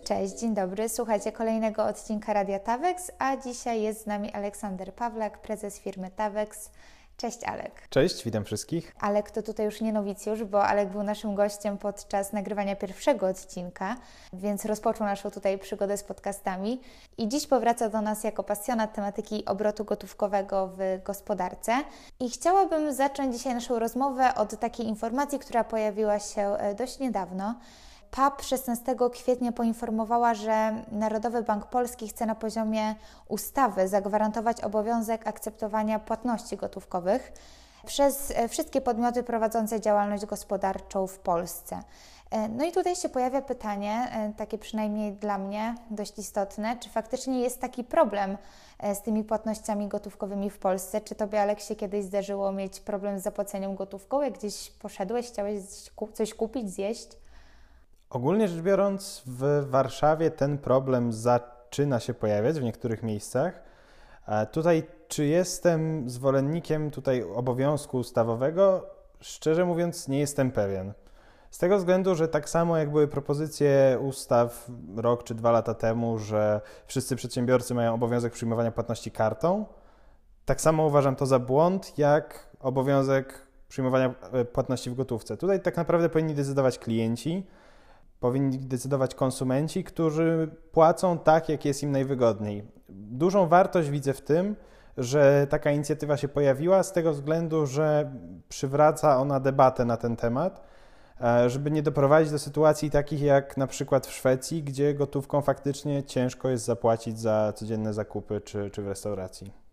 Cześć, dzień dobry. Słuchajcie kolejnego odcinka Radia Tawex, a dzisiaj jest z nami Aleksander Pawlak, prezes firmy Tawex. Cześć Alek. Cześć, witam wszystkich. Alek to tutaj już nie nowicjusz, bo Alek był naszym gościem podczas nagrywania pierwszego odcinka, więc rozpoczął naszą tutaj przygodę z podcastami i dziś powraca do nas jako pasjonat tematyki obrotu gotówkowego w gospodarce. I chciałabym zacząć dzisiaj naszą rozmowę od takiej informacji, która pojawiła się dość niedawno. PAP 16 kwietnia poinformowała, że Narodowy Bank Polski chce na poziomie ustawy zagwarantować obowiązek akceptowania płatności gotówkowych przez wszystkie podmioty prowadzące działalność gospodarczą w Polsce. No i tutaj się pojawia pytanie, takie przynajmniej dla mnie dość istotne, czy faktycznie jest taki problem z tymi płatnościami gotówkowymi w Polsce? Czy Tobie, Alek, się kiedyś zdarzyło mieć problem z zapłaceniem gotówką? Jak gdzieś poszedłeś, chciałeś coś kupić, zjeść? Ogólnie rzecz biorąc, w Warszawie ten problem zaczyna się pojawiać w niektórych miejscach. Tutaj, czy jestem zwolennikiem obowiązku ustawowego? Szczerze mówiąc, nie jestem pewien. Z tego względu, że tak samo jak były propozycje ustaw rok czy 2 lata temu, że wszyscy przedsiębiorcy mają obowiązek przyjmowania płatności kartą, tak samo uważam to za błąd, jak obowiązek przyjmowania płatności w gotówce. Tutaj tak naprawdę powinni decydować klienci, powinni decydować konsumenci, którzy płacą tak, jak jest im najwygodniej. Dużą wartość widzę w tym, że taka inicjatywa się pojawiła z tego względu, że przywraca ona debatę na ten temat, żeby nie doprowadzić do sytuacji takich jak na przykład w Szwecji, gdzie gotówką faktycznie ciężko jest zapłacić za codzienne zakupy czy w restauracji.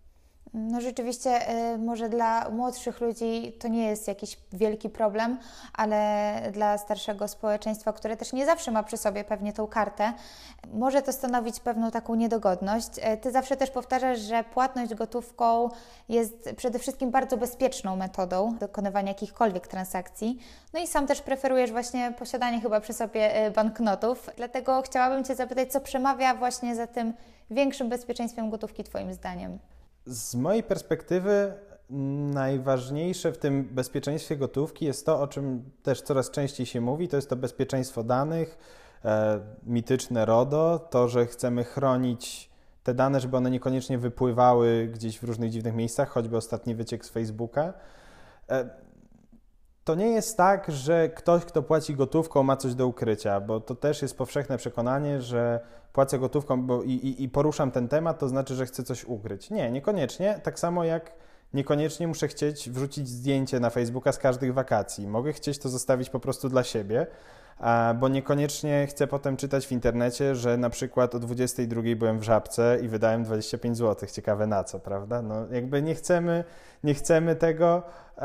No rzeczywiście, może dla młodszych ludzi to nie jest jakiś wielki problem, ale dla starszego społeczeństwa, które też nie zawsze ma przy sobie pewnie tą kartę, może to stanowić pewną taką niedogodność. Ty zawsze też powtarzasz, że płatność gotówką jest przede wszystkim bardzo bezpieczną metodą dokonywania jakichkolwiek transakcji. No i sam też preferujesz właśnie posiadanie chyba przy sobie banknotów. Dlatego chciałabym Cię zapytać, co przemawia właśnie za tym większym bezpieczeństwem gotówki Twoim zdaniem? Z mojej perspektywy najważniejsze w tym bezpieczeństwie gotówki jest to, o czym też coraz częściej się mówi, to jest to bezpieczeństwo danych, mityczne RODO, to, że chcemy chronić te dane, żeby one niekoniecznie wypływały gdzieś w różnych dziwnych miejscach, choćby ostatni wyciek z Facebooka. To nie jest tak, że ktoś, kto płaci gotówką, ma coś do ukrycia, bo to też jest powszechne przekonanie, że płacę gotówką i poruszam ten temat, to znaczy, że chcę coś ukryć. Nie, niekoniecznie. Tak samo jak niekoniecznie muszę chcieć wrzucić zdjęcie na Facebooka z każdych wakacji. Mogę chcieć to zostawić po prostu dla siebie, bo niekoniecznie chcę potem czytać w internecie, że na przykład o 22 byłem w Żabce i wydałem 25 zł. Ciekawe na co, prawda? No jakby nie chcemy tego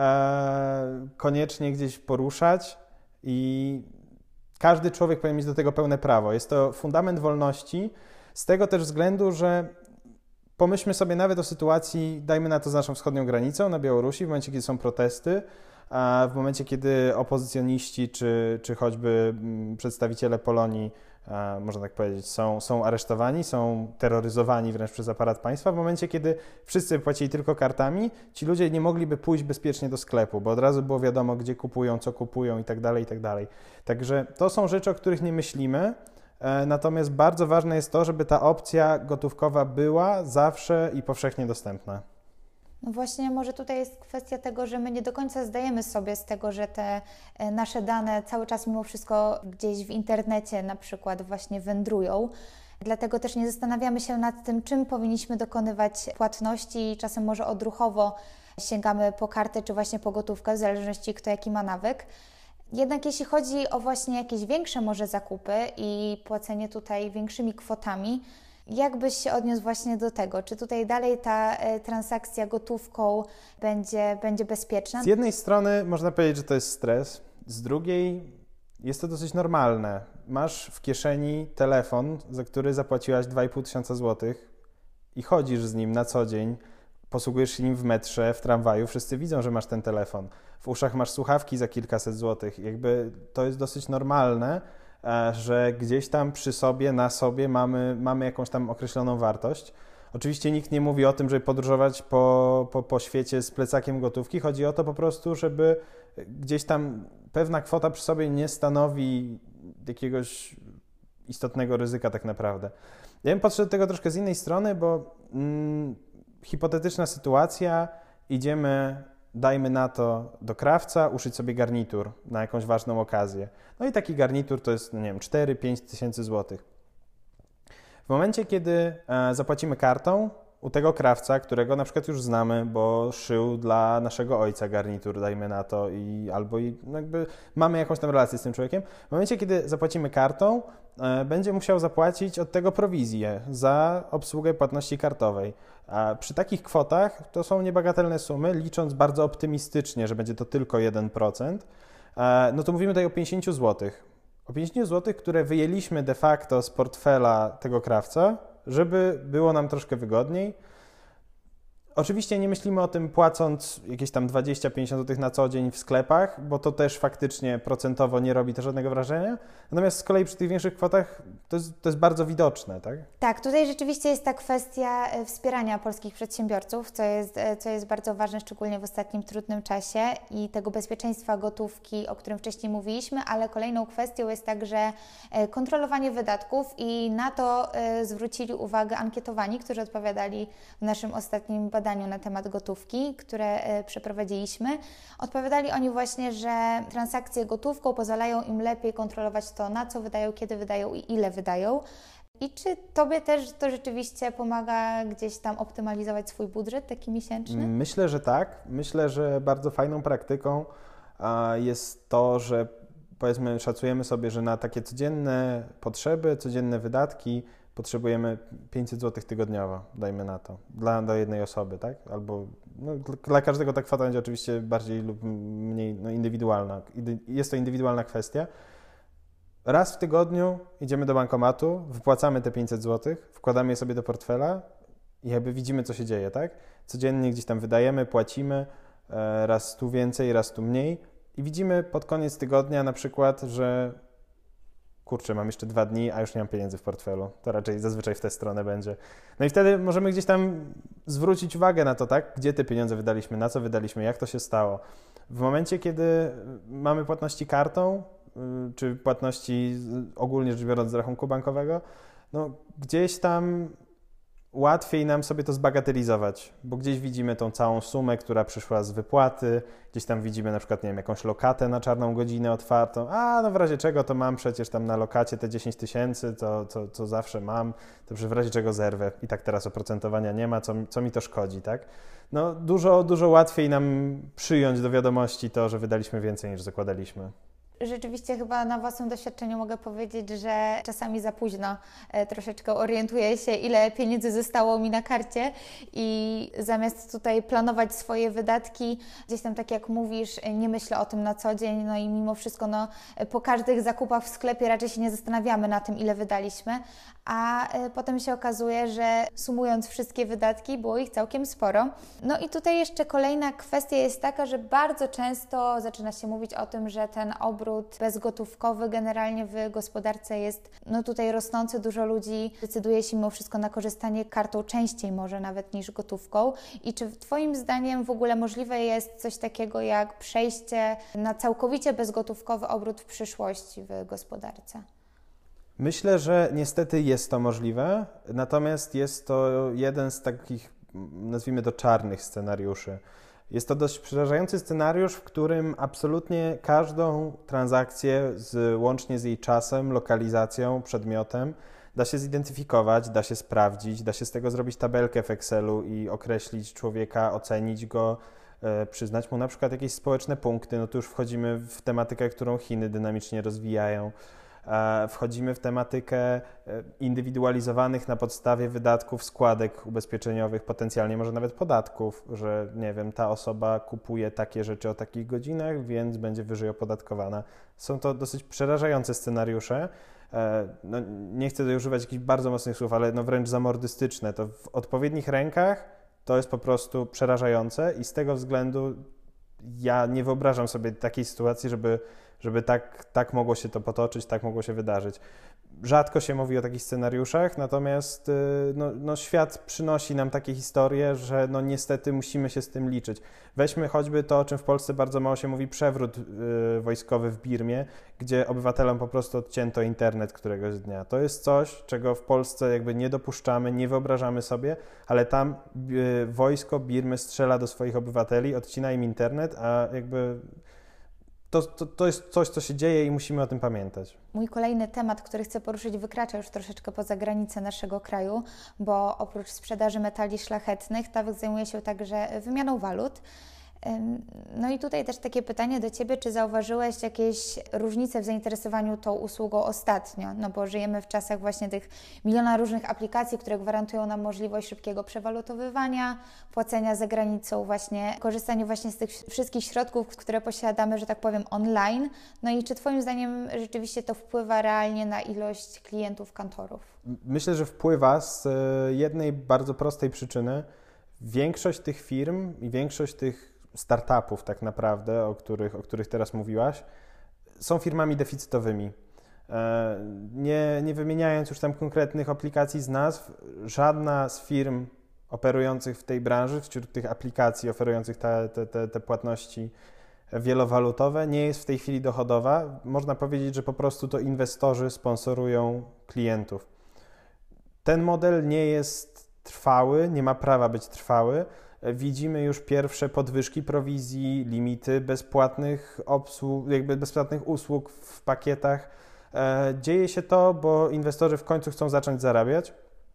koniecznie gdzieś poruszać i każdy człowiek powinien mieć do tego pełne prawo. Jest to fundament wolności z tego też względu, że pomyślmy sobie nawet o sytuacji, dajmy na to z naszą wschodnią granicą, na Białorusi, w momencie, kiedy są protesty, a w momencie, kiedy opozycjoniści czy choćby przedstawiciele Polonii, można tak powiedzieć, są aresztowani, są terroryzowani wręcz przez aparat państwa. W momencie, kiedy wszyscy płacili tylko kartami, ci ludzie nie mogliby pójść bezpiecznie do sklepu, bo od razu było wiadomo, gdzie kupują, co kupują i tak dalej, i tak dalej. Także to są rzeczy, o których nie myślimy, natomiast bardzo ważne jest to, żeby ta opcja gotówkowa była zawsze i powszechnie dostępna. No właśnie, może tutaj jest kwestia tego, że my nie do końca zdajemy sobie z tego, że te nasze dane cały czas mimo wszystko gdzieś w internecie na przykład właśnie wędrują. Dlatego też nie zastanawiamy się nad tym, czym powinniśmy dokonywać płatności. Czasem może odruchowo sięgamy po kartę czy właśnie po gotówkę, w zależności kto jaki ma nawyk. Jednak jeśli chodzi o właśnie jakieś większe może zakupy i płacenie tutaj większymi kwotami, jak byś się odniósł właśnie do tego? Czy tutaj dalej ta transakcja gotówką będzie bezpieczna? Z jednej strony można powiedzieć, że to jest stres, z drugiej jest to dosyć normalne. Masz w kieszeni telefon, za który zapłaciłaś 2500 zł i chodzisz z nim na co dzień, posługujesz się nim w metrze, w tramwaju, wszyscy widzą, że masz ten telefon. W uszach masz słuchawki za kilkaset złotych. Jakby to jest dosyć normalne, że gdzieś tam przy sobie, na sobie mamy jakąś tam określoną wartość. Oczywiście nikt nie mówi o tym, żeby podróżować po świecie z plecakiem gotówki. Chodzi o to po prostu, żeby gdzieś tam pewna kwota przy sobie nie stanowi jakiegoś istotnego ryzyka tak naprawdę. Ja bym podszedł do tego troszkę z innej strony, bo hipotetyczna sytuacja, idziemy, dajmy na to, do krawca, uszyć sobie garnitur na jakąś ważną okazję. No i taki garnitur to jest, nie wiem, 4-5 tysięcy złotych. W momencie, kiedy zapłacimy kartą u tego krawca, którego na przykład już znamy, bo szył dla naszego ojca garnitur, dajmy na to, no jakby mamy jakąś tam relację z tym człowiekiem. W momencie, kiedy zapłacimy kartą, będzie musiał zapłacić od tego prowizję za obsługę płatności kartowej. A przy takich kwotach to są niebagatelne sumy, licząc bardzo optymistycznie, że będzie to tylko 1%, no to mówimy tutaj o 50 zł. O 50 zł, które wyjęliśmy de facto z portfela tego krawca, żeby było nam troszkę wygodniej. Oczywiście nie myślimy o tym płacąc jakieś tam 20-50 zł na co dzień w sklepach, bo to też faktycznie procentowo nie robi to żadnego wrażenia. Natomiast z kolei przy tych większych kwotach to jest bardzo widoczne, tak? Tak, tutaj rzeczywiście jest ta kwestia wspierania polskich przedsiębiorców, co jest bardzo ważne, szczególnie w ostatnim trudnym czasie i tego bezpieczeństwa gotówki, o którym wcześniej mówiliśmy, ale kolejną kwestią jest także kontrolowanie wydatków i na to zwrócili uwagę ankietowani, którzy odpowiadali w naszym ostatnim badaniu na temat gotówki, które przeprowadziliśmy. Odpowiadali oni właśnie, że transakcje gotówką pozwalają im lepiej kontrolować to, na co wydają, kiedy wydają i ile wydają. I czy Tobie też to rzeczywiście pomaga gdzieś tam optymalizować swój budżet taki miesięczny? Myślę, że tak. Myślę, że bardzo fajną praktyką jest to, że powiedzmy szacujemy sobie, że na takie codzienne potrzeby, codzienne wydatki potrzebujemy 500 zł tygodniowo, dajmy na to, dla jednej osoby, tak? Albo no, dla każdego ta kwota będzie oczywiście bardziej lub mniej indywidualna. Jest to indywidualna kwestia. Raz w tygodniu idziemy do bankomatu, wypłacamy te 500 zł, wkładamy je sobie do portfela i jakby widzimy, co się dzieje, tak? Codziennie gdzieś tam wydajemy, płacimy, raz tu więcej, raz tu mniej i widzimy pod koniec tygodnia na przykład, że kurczę, mam jeszcze 2 dni, a już nie mam pieniędzy w portfelu. To raczej zazwyczaj w tę stronę będzie. No i wtedy możemy gdzieś tam zwrócić uwagę na to, tak? Gdzie te pieniądze wydaliśmy, na co wydaliśmy, jak to się stało. W momencie, kiedy mamy płatności kartą, czy płatności ogólnie rzecz biorąc z rachunku bankowego, no gdzieś tam łatwiej nam sobie to zbagatelizować, bo gdzieś widzimy tą całą sumę, która przyszła z wypłaty, gdzieś tam widzimy na przykład, nie wiem, jakąś lokatę na czarną godzinę otwartą, no w razie czego to mam przecież tam na lokacie te 10 tysięcy, co zawsze mam, to w razie czego zerwę i tak teraz oprocentowania nie ma, co mi to szkodzi, tak? No dużo łatwiej nam przyjąć do wiadomości to, że wydaliśmy więcej niż zakładaliśmy. Rzeczywiście chyba na własnym doświadczeniu mogę powiedzieć, że czasami za późno troszeczkę orientuję się, ile pieniędzy zostało mi na karcie i zamiast tutaj planować swoje wydatki, gdzieś tam tak jak mówisz, nie myślę o tym na co dzień, no i mimo wszystko po każdych zakupach w sklepie raczej się nie zastanawiamy na tym, ile wydaliśmy, a potem się okazuje, że sumując wszystkie wydatki, było ich całkiem sporo. No i tutaj jeszcze kolejna kwestia jest taka, że bardzo często zaczyna się mówić o tym, że ten obrót bezgotówkowy generalnie w gospodarce jest tutaj rosnący. Dużo ludzi decyduje się mimo wszystko na korzystanie kartą częściej może nawet niż gotówką. I czy Twoim zdaniem w ogóle możliwe jest coś takiego jak przejście na całkowicie bezgotówkowy obrót w przyszłości w gospodarce? Myślę, że niestety jest to możliwe, natomiast jest to jeden z takich, nazwijmy to, czarnych scenariuszy. Jest to dość przerażający scenariusz, w którym absolutnie każdą transakcję, łącznie z jej czasem, lokalizacją, przedmiotem, da się zidentyfikować, da się sprawdzić, da się z tego zrobić tabelkę w Excelu i określić człowieka, ocenić go, przyznać mu na przykład jakieś społeczne punkty. No tu już wchodzimy w tematykę, którą Chiny dynamicznie rozwijają. Wchodzimy w tematykę indywidualizowanych na podstawie wydatków składek ubezpieczeniowych, potencjalnie może nawet podatków, że nie wiem, ta osoba kupuje takie rzeczy o takich godzinach, więc będzie wyżej opodatkowana. Są to dosyć przerażające scenariusze. No, nie chcę tutaj używać jakichś bardzo mocnych słów, ale wręcz zamordystyczne. To w odpowiednich rękach to jest po prostu przerażające i z tego względu ja nie wyobrażam sobie takiej sytuacji, żeby żeby tak mogło się to potoczyć, tak mogło się wydarzyć. Rzadko się mówi o takich scenariuszach, natomiast świat przynosi nam takie historie, że niestety musimy się z tym liczyć. Weźmy choćby to, o czym w Polsce bardzo mało się mówi, przewrót wojskowy w Birmie, gdzie obywatelom po prostu odcięto internet któregoś dnia. To jest coś, czego w Polsce jakby nie dopuszczamy, nie wyobrażamy sobie, ale tam wojsko Birmy strzela do swoich obywateli, odcina im internet, a jakby to jest coś, co się dzieje i musimy o tym pamiętać. Mój kolejny temat, który chcę poruszyć, wykracza już troszeczkę poza granice naszego kraju, bo oprócz sprzedaży metali szlachetnych, TAWEK zajmuje się także wymianą walut. No i tutaj też takie pytanie do Ciebie, czy zauważyłeś jakieś różnice w zainteresowaniu tą usługą ostatnio? No bo żyjemy w czasach właśnie tych miliona różnych aplikacji, które gwarantują nam możliwość szybkiego przewalutowywania, płacenia za granicą, właśnie korzystania właśnie z tych wszystkich środków, które posiadamy, że tak powiem, online. No i czy Twoim zdaniem rzeczywiście to wpływa realnie na ilość klientów kantorów? Myślę, że wpływa z jednej bardzo prostej przyczyny. Większość tych firm i większość tych startupów tak naprawdę, o których teraz mówiłaś, są firmami deficytowymi. Nie wymieniając już tam konkretnych aplikacji z nazw, żadna z firm operujących w tej branży, wśród tych aplikacji oferujących te płatności wielowalutowe, nie jest w tej chwili dochodowa. Można powiedzieć, że po prostu to inwestorzy sponsorują klientów. Ten model nie jest trwały, nie ma prawa być trwały. Widzimy już pierwsze podwyżki prowizji, limity bezpłatnych bezpłatnych usług w pakietach. Dzieje się to, bo inwestorzy w końcu chcą zacząć zarabiać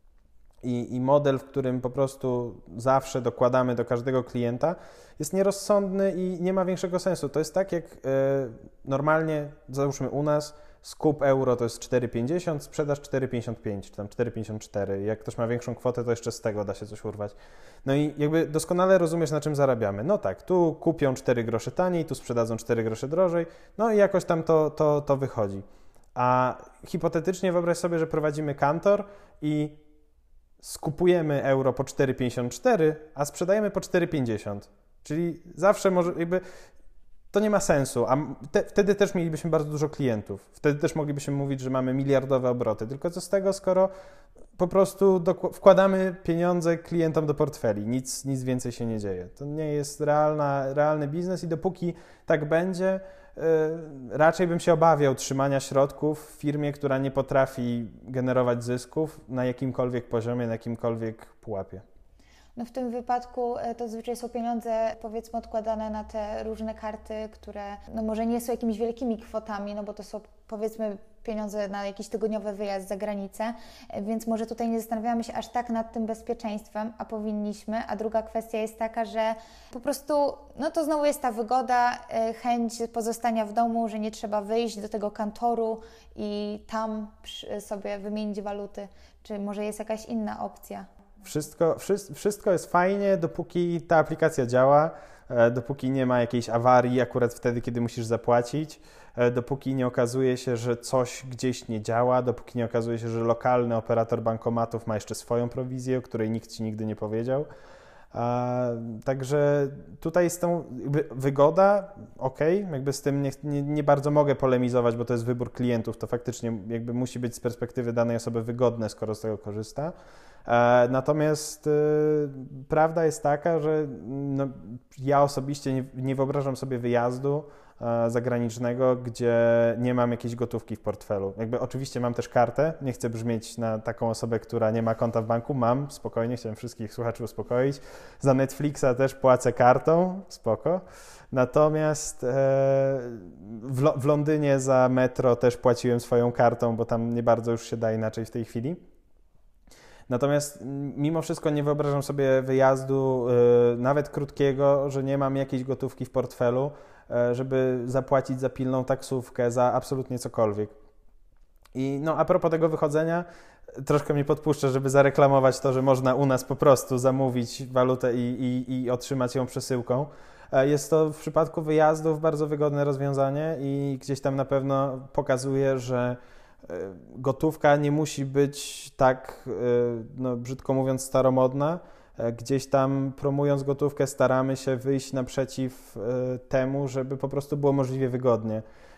i model, w którym po prostu zawsze dokładamy do każdego klienta, jest nierozsądny i nie ma większego sensu. To jest tak, jak normalnie, załóżmy u nas, skup euro to jest 4,50, sprzedaż 4,55 czy tam 4,54. Jak ktoś ma większą kwotę, to jeszcze z tego da się coś urwać. No i jakby doskonale rozumiesz, na czym zarabiamy. No tak, tu kupią 4 grosze taniej, tu sprzedadzą 4 grosze drożej, no i jakoś tam to wychodzi. A hipotetycznie wyobraź sobie, że prowadzimy kantor i skupujemy euro po 4,54, a sprzedajemy po 4,50. Czyli zawsze może to nie ma sensu, a wtedy też mielibyśmy bardzo dużo klientów. Wtedy też moglibyśmy mówić, że mamy miliardowe obroty. Tylko co z tego, skoro po prostu wkładamy pieniądze klientom do portfeli. Nic więcej się nie dzieje. To nie jest realny biznes i dopóki tak będzie, raczej bym się obawiał trzymania środków w firmie, która nie potrafi generować zysków na jakimkolwiek poziomie, na jakimkolwiek pułapie. No w tym wypadku to zazwyczaj są pieniądze, powiedzmy, odkładane na te różne karty, które no może nie są jakimiś wielkimi kwotami, no bo to są, powiedzmy, pieniądze na jakiś tygodniowy wyjazd za granicę, więc może tutaj nie zastanawiamy się aż tak nad tym bezpieczeństwem, a powinniśmy. A druga kwestia jest taka, że po prostu, no to znowu jest ta wygoda, chęć pozostania w domu, że nie trzeba wyjść do tego kantoru i tam sobie wymienić waluty. Czy może jest jakaś inna opcja? Wszystko jest fajnie, dopóki ta aplikacja działa, dopóki nie ma jakiejś awarii akurat wtedy, kiedy musisz zapłacić, dopóki nie okazuje się, że coś gdzieś nie działa, dopóki nie okazuje się, że lokalny operator bankomatów ma jeszcze swoją prowizję, o której nikt Ci nigdy nie powiedział. Także tutaj jest tą wygoda, jakby z tym nie bardzo mogę polemizować, bo to jest wybór klientów, to faktycznie jakby musi być z perspektywy danej osoby wygodne, skoro z tego korzysta. Natomiast prawda jest taka, że no, ja osobiście nie wyobrażam sobie wyjazdu zagranicznego, gdzie nie mam jakiejś gotówki w portfelu. Jakby oczywiście mam też kartę, nie chcę brzmieć na taką osobę, która nie ma konta w banku, mam, spokojnie, chciałem wszystkich słuchaczy uspokoić. Za Netflixa też płacę kartą, spoko. Natomiast w Londynie za metro też płaciłem swoją kartą, bo tam nie bardzo już się da inaczej w tej chwili. Natomiast mimo wszystko nie wyobrażam sobie wyjazdu, nawet krótkiego, że nie mam jakiejś gotówki w portfelu, żeby zapłacić za pilną taksówkę, za absolutnie cokolwiek. I no, a propos tego wychodzenia, troszkę mnie podpuszcza, żeby zareklamować to, że można u nas po prostu zamówić walutę i otrzymać ją przesyłką. Jest to w przypadku wyjazdów bardzo wygodne rozwiązanie i gdzieś tam na pewno pokazuje, że gotówka nie musi być tak, no, brzydko mówiąc, staromodna. Gdzieś tam promując gotówkę staramy się wyjść naprzeciw temu, żeby po prostu było możliwie wygodnie.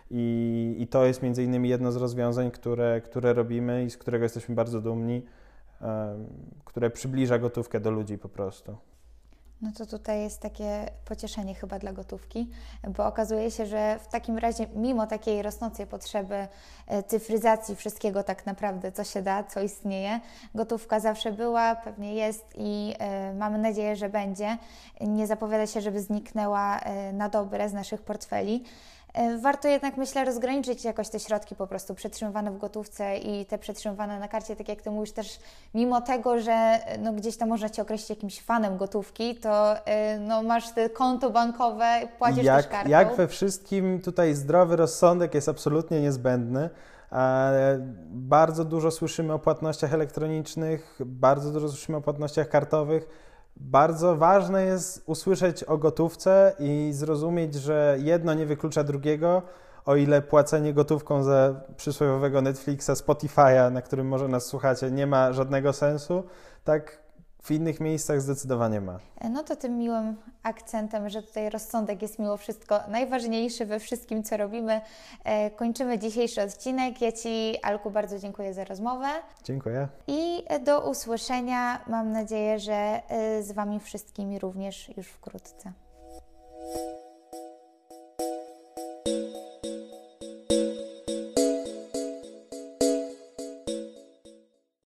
I to jest między innymi jedno z rozwiązań, które robimy i z którego jesteśmy bardzo dumni, które przybliża gotówkę do ludzi po prostu. No to tutaj jest takie pocieszenie chyba dla gotówki, bo okazuje się, że w takim razie mimo takiej rosnącej potrzeby cyfryzacji wszystkiego tak naprawdę, co się da, co istnieje, gotówka zawsze była, pewnie jest i mamy nadzieję, że będzie. Nie zapowiada się, żeby zniknęła na dobre z naszych portfeli. Warto jednak, myślę, rozgraniczyć jakoś te środki po prostu przetrzymywane w gotówce i te przetrzymywane na karcie, tak jak Ty mówisz też, mimo tego, że no, gdzieś tam można Cię określić jakimś fanem gotówki, to no, masz te konto bankowe, płacisz też kartą. Jak we wszystkim tutaj zdrowy rozsądek jest absolutnie niezbędny. Bardzo dużo słyszymy o płatnościach elektronicznych, bardzo dużo słyszymy o płatnościach kartowych. Bardzo ważne jest usłyszeć o gotówce i zrozumieć, że jedno nie wyklucza drugiego, o ile płacenie gotówką za przysłowiowego Netflixa, Spotify'a, na którym może nas słuchacie, nie ma żadnego sensu, tak w innych miejscach zdecydowanie ma. No to tym miłym akcentem, że tutaj rozsądek jest mimo wszystko najważniejszy we wszystkim, co robimy. Kończymy dzisiejszy odcinek. Ja Ci, Alku, bardzo dziękuję za rozmowę. Dziękuję. I do usłyszenia. Mam nadzieję, że z Wami wszystkimi również już wkrótce.